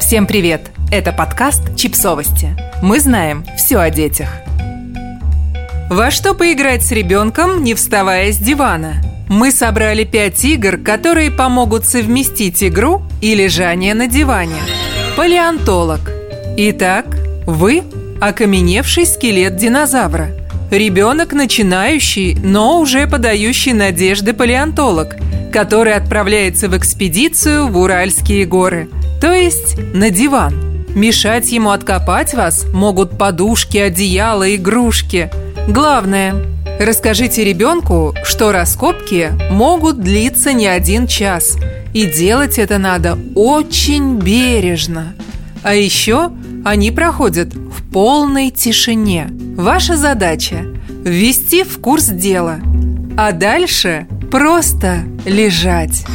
Всем привет! Это подкаст «Чипсовости». Мы знаем все о детях. Во что поиграть с ребенком, не вставая с дивана? Мы собрали 5 игр, которые помогут совместить игру и лежание на диване. Палеонтолог. Итак, вы – окаменевший скелет динозавра. Ребенок начинающий, но уже подающий надежды палеонтолог, который отправляется в экспедицию в Уральские горы, то есть на диван. Мешать ему откопать вас могут подушки, одеяла, игрушки. Главное – расскажите ребенку, что раскопки могут длиться не 1 час, и делать это надо очень бережно. А еще они проходят в полной тишине. Ваша задача – ввести в курс дела, а дальше просто лежать.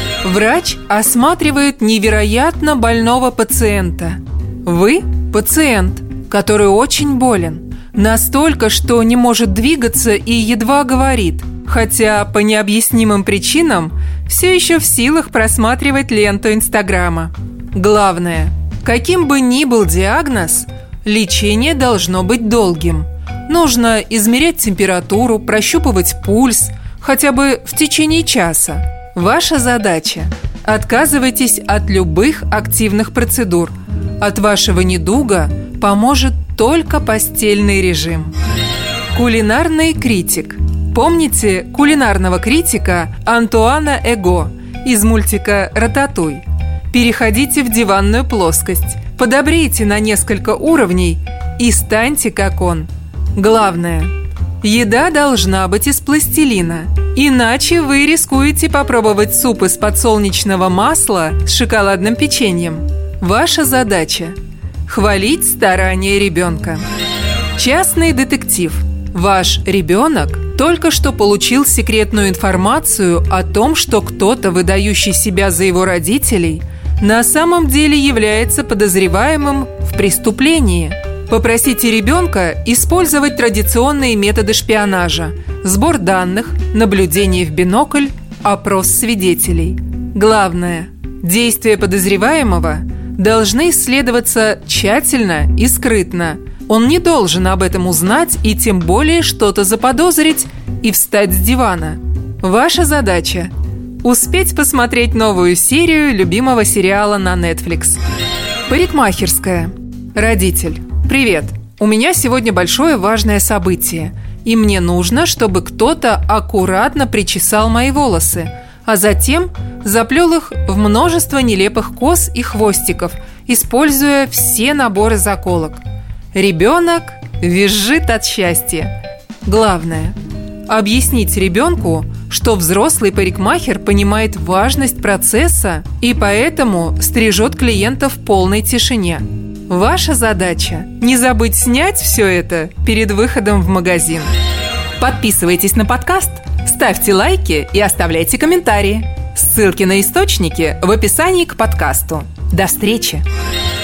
Врач осматривает невероятно больного пациента. Вы – пациент, который очень болен. Настолько, что не может двигаться и едва говорит, хотя по необъяснимым причинам все еще в силах просматривать ленту Инстаграма. Главное, каким бы ни был диагноз, лечение должно быть долгим. Нужно измерять температуру, прощупывать пульс, хотя бы в течение часа. Ваша задача – отказывайтесь от любых активных процедур. От вашего недуга поможет только постельный режим. Кулинарный критик. Помните кулинарного критика Антуана Эго из мультика «Рататуй»? Переходите в диванную плоскость, подобрейте на несколько уровней и станьте как он. Главное – еда должна быть из пластилина, иначе вы рискуете попробовать суп из подсолнечного масла с шоколадным печеньем. Ваша задача – хвалить старания ребенка. Частный детектив. Ваш ребенок только что получил секретную информацию о том, что кто-то, выдающий себя за его родителей, на самом деле является подозреваемым в преступлении. Попросите ребенка использовать традиционные методы шпионажа: сбор данных, наблюдение в бинокль, опрос свидетелей. Главное – действия подозреваемого должны исследоваться тщательно и скрытно. Он не должен об этом узнать и тем более что-то заподозрить и встать с дивана. Ваша задача – успеть посмотреть новую серию любимого сериала на Netflix. Парикмахерская. Родитель. Привет. У меня сегодня большое важное событие, и мне нужно, чтобы кто-то аккуратно причесал мои волосы, а затем заплел их в множество нелепых кос и хвостиков, используя все наборы заколок. Ребенок визжит от счастья. Главное – объяснить ребенку, что взрослый парикмахер понимает важность процесса и поэтому стрижет клиента в полной тишине. Ваша задача – не забыть снять все это перед выходом в магазин. Подписывайтесь на подкаст, ставьте лайки и оставляйте комментарии. Ссылки на источники в описании к подкасту. До встречи!